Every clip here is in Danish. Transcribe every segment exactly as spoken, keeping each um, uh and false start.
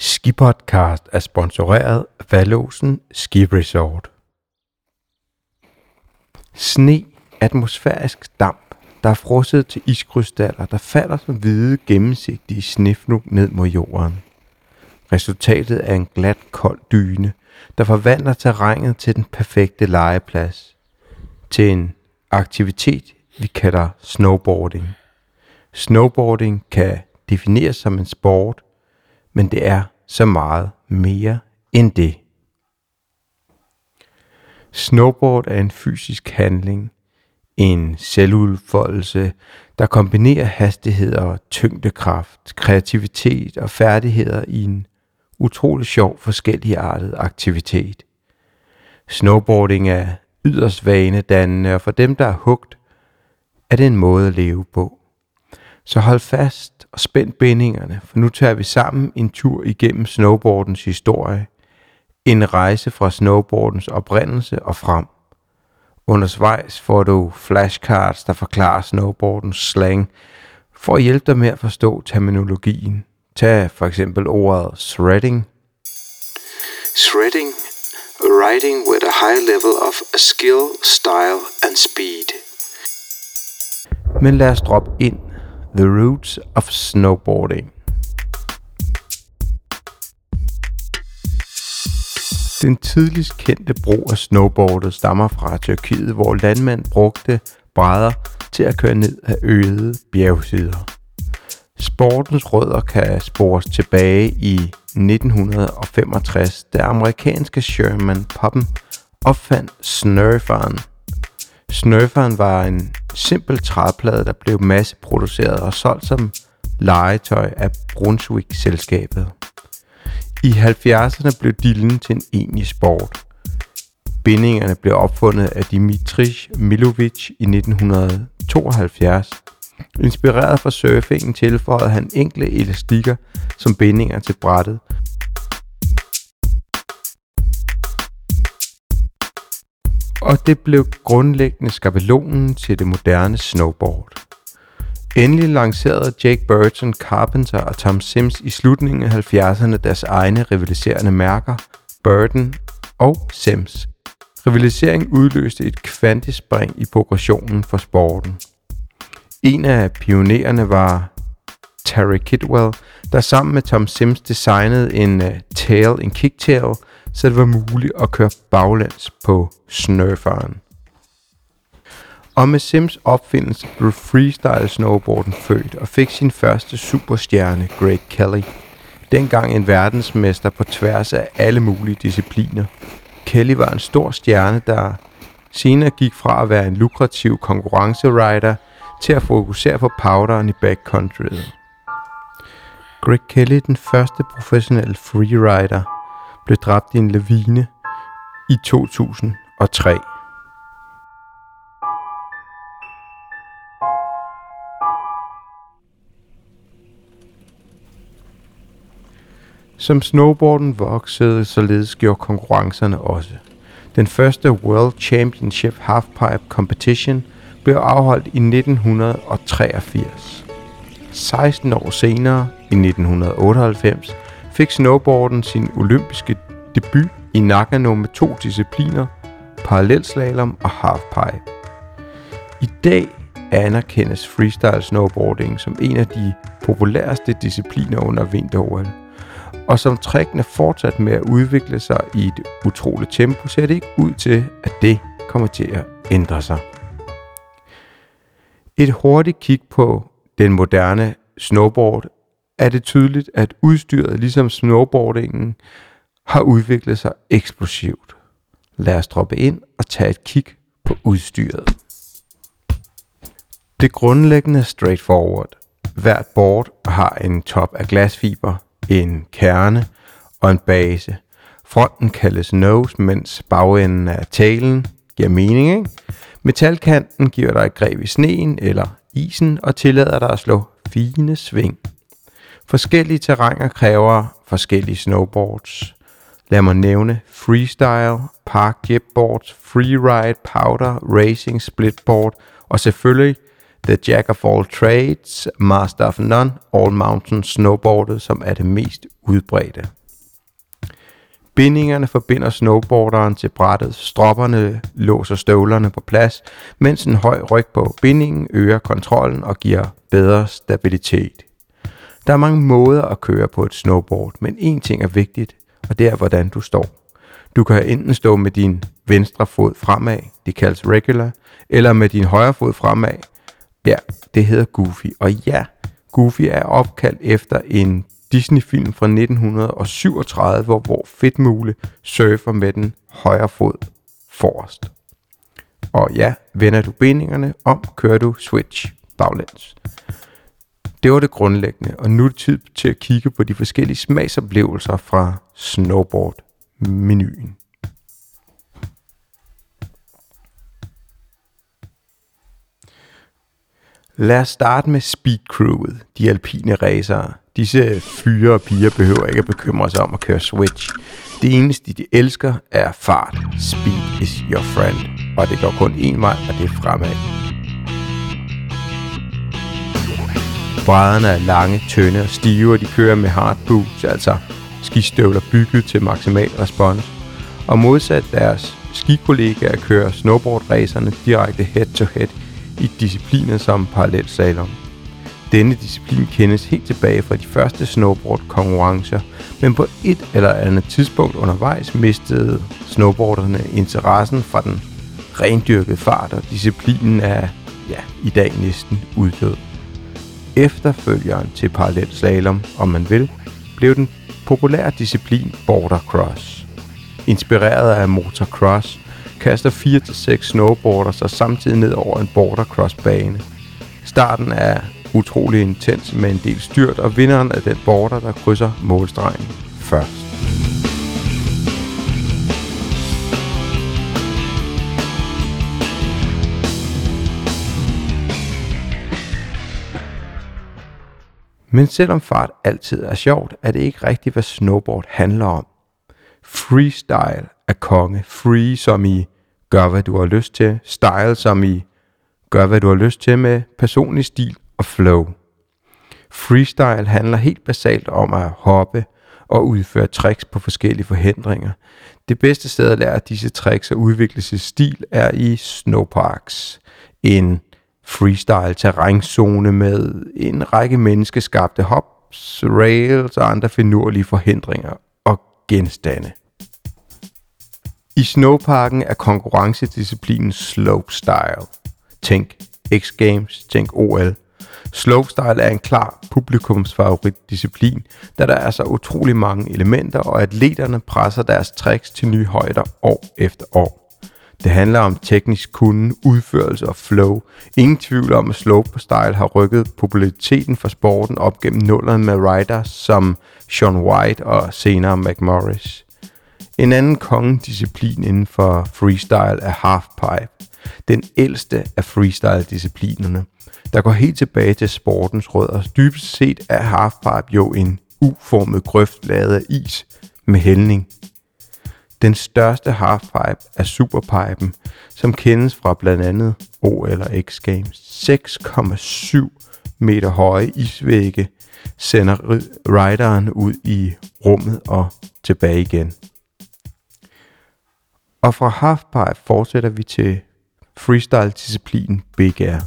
Skipodcast er sponsoreret af Vallåsen Ski Resort. Sne, atmosfærisk damp, der er frosset til iskrystaller, der falder som hvide, gennemsigtige snefnug ned mod jorden. Resultatet er en glat, kold dyne, der forvandler terrænet til den perfekte legeplads. Til en aktivitet, vi kalder snowboarding. Snowboarding kan defineres som en sport, men det er så meget mere end det. Snowboard er en fysisk handling, en selvudfoldelse, der kombinerer hastigheder, tyngdekraft, kreativitet og færdigheder i en utrolig sjov forskelligartet aktivitet. Snowboarding er yderst vanedannende, og for dem, der er hugt, er det en måde at leve på. Så hold fast og spænd bindingerne, for nu tager vi sammen en tur igennem snowboardens historie. En rejse fra snowboardens oprindelse og frem. Undervejs får du flashcards, der forklarer snowboardens slang, for at hjælpe dig med at forstå terminologien. Tag for eksempel ordet shredding. Shredding, riding with a high level of skill, style and speed. Men lad os droppe ind. The roots of snowboarding. Den tidligst kendte brug af snowboardet stammer fra Tyrkiet, hvor landmænd brugte brædder til at køre ned ad øde bjergsider. Sportens rødder kan spores tilbage i nitten femogtres, da amerikanske Sherman Poppen opfandt snurferen. Snurferen var en simpel træplade, der blev masseproduceret og solgt som legetøj af Brunswick-selskabet. I halvfjerdserne blev dillen til en egentlig sport. Bindingerne blev opfundet af Dimitrij Milovic i nitten tooghalvfjerds. Inspireret fra surfingen tilføjede han enkle elastikker som bindinger til brættet. Og det blev grundlæggende skabelonen til det moderne snowboard. Endelig lancerede Jake Burton, Carpenter og Tom Sims i slutningen af halvfjerdserne deres egne rivaliserende mærker, Burton og Sims. Rivalisering udløste et kvantespring i progressionen for sporten. En af pionererne var Terry Kidwell, der sammen med Tom Sims designede en uh, tail, en kicktail, så det var muligt at køre baglæns på snurferen. Og med Sims opfindelse blev freestyle snowboarden født og fik sin første superstjerne, Greg Kelly. Dengang en verdensmester på tværs af alle mulige discipliner. Kelly var en stor stjerne, der senere gik fra at være en lukrativ konkurrencerider til at fokusere på powderen i backcountryet. Greg Kelly, den første professionelle freerider, blev dræbt i en lavine i to tusind og tre. Som snowboarden voksede, således gjorde konkurrencerne også. Den første World Championship Halfpipe Competition blev afholdt i nitten treogfirs. seksten år senere, i nitten otteoghalvfems, fik snowboarden sin olympiske debut i Nagano med to discipliner, parallelslalom og halfpipe. I dag anerkendes freestyle snowboarding som en af de populæreste discipliner under vinter-O L. Og som trækkene fortsat med at udvikle sig i et utroligt tempo, ser det ikke ud til, at det kommer til at ændre sig. Et hurtigt kig på den moderne snowboard er det tydeligt, at udstyret, ligesom snowboardingen, har udviklet sig eksplosivt. Lad os droppe ind og tage et kig på udstyret. Det grundlæggende er straightforward. Hvert board har en top af glasfiber, en kerne og en base. Fronten kaldes nose, mens bagenden af tailen giver mening, ikke? Metalkanten giver dig et greb i sneen eller isen og tillader dig at slå fine sving. Forskellige terrænger kræver forskellige snowboards. Lad mig nævne freestyle, park jetboards, freeride, powder, racing, splitboard og selvfølgelig The Jack of all trades, master of none, all mountain snowboardet, som er det mest udbredte. Bindingerne forbinder snowboarderen til brættet, stropperne låser støvlerne på plads, mens en høj ryg på bindingen øger kontrollen og giver bedre stabilitet. Der er mange måder at køre på et snowboard, men én ting er vigtigt, og det er hvordan du står. Du kan enten stå med din venstre fod fremad, det kaldes regular, eller med din højre fod fremad. Ja, det hedder Goofy. Og ja, Goofy er opkaldt efter en Disney-film fra nitten syvogtredive, hvor Fedtmule surfer med den højre fod forrest. Og ja, vender du bindingerne om, kører du switch baglæns. Det var det grundlæggende, og nu er det tid til at kigge på de forskellige smagsoplevelser fra snowboard-menuen. Lad os starte med Speed Crewet, de alpine racere. Disse fyre og piger behøver ikke at bekymre sig om at køre switch. Det eneste, de elsker, er fart. Speed is your friend. Og det går kun én vej, og det er fremad. Brædderne er lange, tynde og stive, og de kører med hard boots, altså skistøvler bygget til maksimal respons. Og modsat deres skikollegaer kører snowboardracerne direkte head-to-head i discipliner som parallelslalom. Denne disciplin kendes helt tilbage fra de første snowboard-konkurrencer, men på et eller andet tidspunkt undervejs mistede snowboarderne interessen fra den rendyrkede fart, og disciplinen er ja, i dag næsten uddød. Efterfølgeren til parallelslalom, om man vil, blev den populære disciplin bordercross. Inspireret af motocross, kaster fire til seks snowboardere sig samtidig ned over en bordercross-bane. Starten er utrolig intens med en del styrt, og vinderen er den border, der krydser målstregen først. Men selvom fart altid er sjovt, er det ikke rigtigt, hvad snowboard handler om. Freestyle er konge. Free som i gør, hvad du har lyst til. Style som i gør, hvad du har lyst til med personlig stil og flow. Freestyle handler helt basalt om at hoppe og udføre tricks på forskellige forhindringer. Det bedste sted at lære disse tricks og udvikle sin stil er i snowparks. En freestyle terrænzone med en række menneskeskabte hops, rails og andre finurlige forhindringer og genstande. I snowparken er konkurrencedisciplinen slopestyle. Tænk X Games, tænk O L. Slopestyle er en klar publikumsfavorit disciplin, da der er så utrolig mange elementer, og atleterne presser deres tricks til nye højder år efter år. Det handler om teknisk kunnen, udførelse og flow. Ingen tvivl om, at slopestyle har rykket populariteten for sporten op gennem nullerne med riders som Shaun White og senere McMorris. En anden kongedisciplin inden for freestyle er halfpipe, den ældste af freestyle-disciplinerne, der går helt tilbage til sportens rødder. Dybest set er halfpipe jo en U-formet grøft lavet af is med hældning. Den største halfpipe er superpipen, som kendes fra blandt andet O L og X Games. seks komma syv meter høje isvægge sender rideren ud i rummet og tilbage igen. Og fra halfpipe fortsætter vi til freestyle-disciplinen Big Air.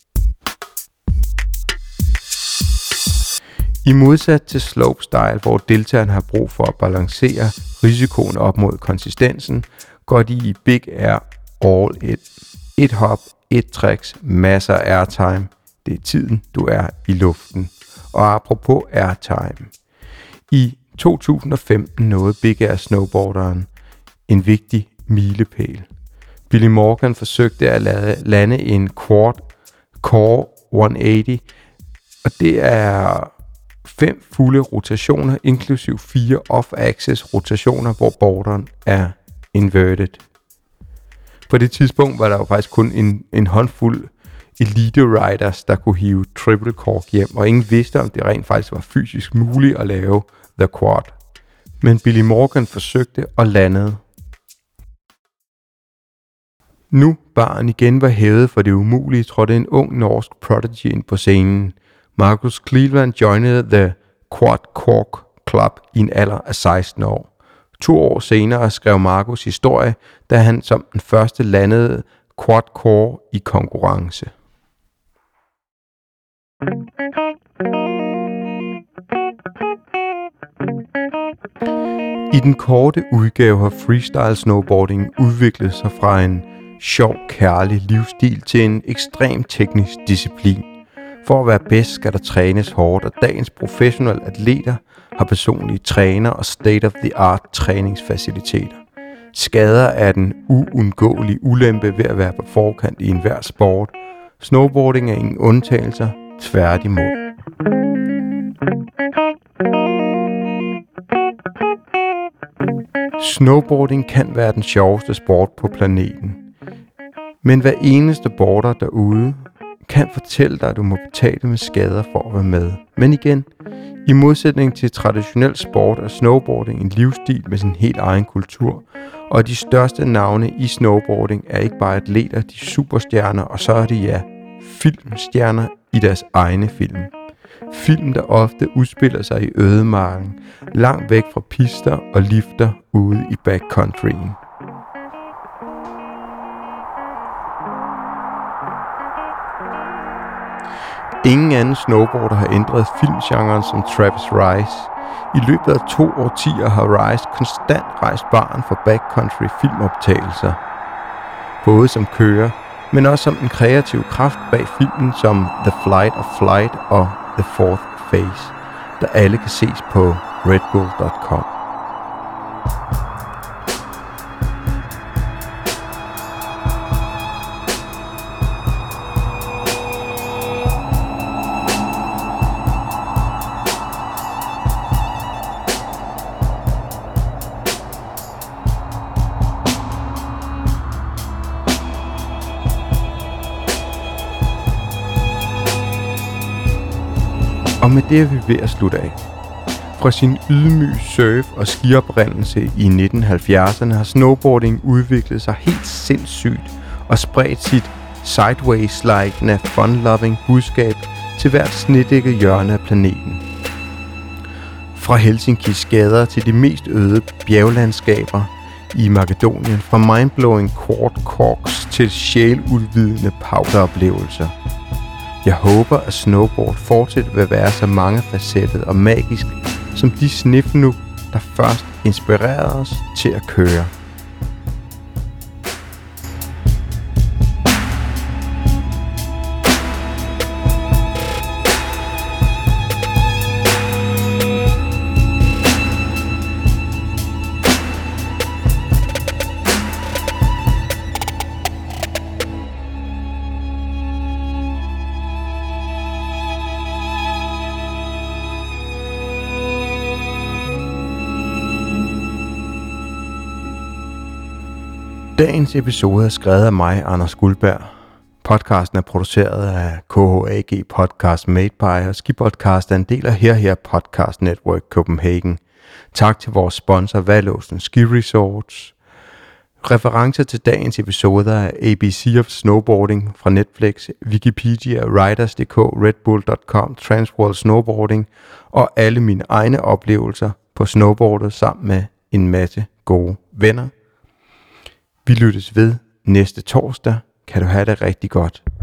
I modsat til slopestyle, hvor deltagerne har brug for at balancere risikoen op mod konsistensen, går de i Big Air all in. Et hop, et tricks, masser af airtime. Det er tiden, du er i luften. Og apropos airtime. I to tusind og femten nåede Big Air snowboarderen en vigtig milepæl. Billy Morgan forsøgte at lande en quad core et hundrede otte, og det er fem fulde rotationer, inklusiv fire off-axis rotationer, hvor borderen er inverted. På det tidspunkt var der jo faktisk kun en, en håndfuld elite riders, der kunne hive triple cork hjem, og ingen vidste, om det rent faktisk var fysisk muligt at lave the quad. Men Billy Morgan forsøgte og landede. Nu barren igen var hævet for det umulige, trådte en ung norsk prodigy ind på scenen. Marcus Cleveland joinede The Quad Cork Club i en alder af seksten år. To år senere skrev Marcus historie, da han som den første landede quad-core i konkurrence. I den korte udgave har freestyle snowboarding udviklet sig fra en sjov, kærlig livsstil til en ekstrem teknisk disciplin. For at være bedst skal der trænes hårdt, og dagens professionelle atleter har personlige træner og state-of-the-art træningsfaciliteter. Skader er den uundgåelige ulempe ved at være på forkant i enhver sport. Snowboarding er ingen undtagelser, tværtimod. Snowboarding kan være den sjoveste sport på planeten. Men hver eneste boarder derude kan fortælle dig, at du må betale med skader for at være med. Men igen, i modsætning til traditionel sport er snowboarding en livsstil med sin helt egen kultur. Og de største navne i snowboarding er ikke bare atleter, de superstjerner, og så er de ja, filmstjerner i deres egne film. Film, der ofte udspiller sig i ødemarken, langt væk fra pister og lifter ude i backcountryen. Ingen anden snowboarder har ændret filmgenren som Travis Rice. I løbet af to årtier har Rice konstant rejst barren for backcountry filmoptagelser. Både som kører, men også som en kreativ kraft bag filmen som The Flight of Flight og The Fourth Phase, der alle kan ses på red bull punktum com. Og med det er vi ved at slutte af. Fra sin ydmyge surf- og skioprindelse i nitten halvfjerdserne har snowboarding udviklet sig helt sindssygt og spredt sit sideways-slidende, fun-loving budskab til hvert snedækket hjørne af planeten. Fra Helsinkis gader til de mest øde bjerglandskaber i Makedonien, fra mindblowing quad corks til sjæludvidende powderoplevelser. Jeg håber, at snowboard fortsat vil være så mangefacettet og magisk, som de snifnuk, der først inspirerede os til at køre. Dagens episode er skrevet af mig, Anders Guldberg. Podcasten er produceret af K H A G Podcast Made by, og Skipodcast er en del af Her Her Podcast Network Copenhagen. Tak til vores sponsor, Vallåsen Ski Resorts. Referencer til dagens episoder er A B C of Snowboarding fra Netflix, Wikipedia, Riders punktum d k, red bull punktum com, Transworld Snowboarding og alle mine egne oplevelser på snowboardet sammen med en masse gode venner. Vi lyttes ved næste torsdag. Kan du have det rigtig godt.